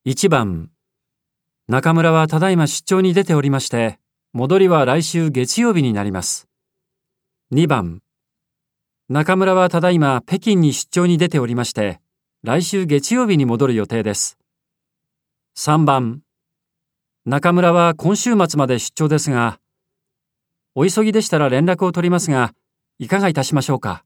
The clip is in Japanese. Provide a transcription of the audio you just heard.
1番、中村はただいま出張に出ておりまして、戻りは来週月曜日になります。2番、中村はただいま北京に出張に出ておりまして、来週月曜日に戻る予定です。3番、中村は今週末まで出張ですが、お急ぎでしたら連絡を取りますが、いかがいたしましょうか。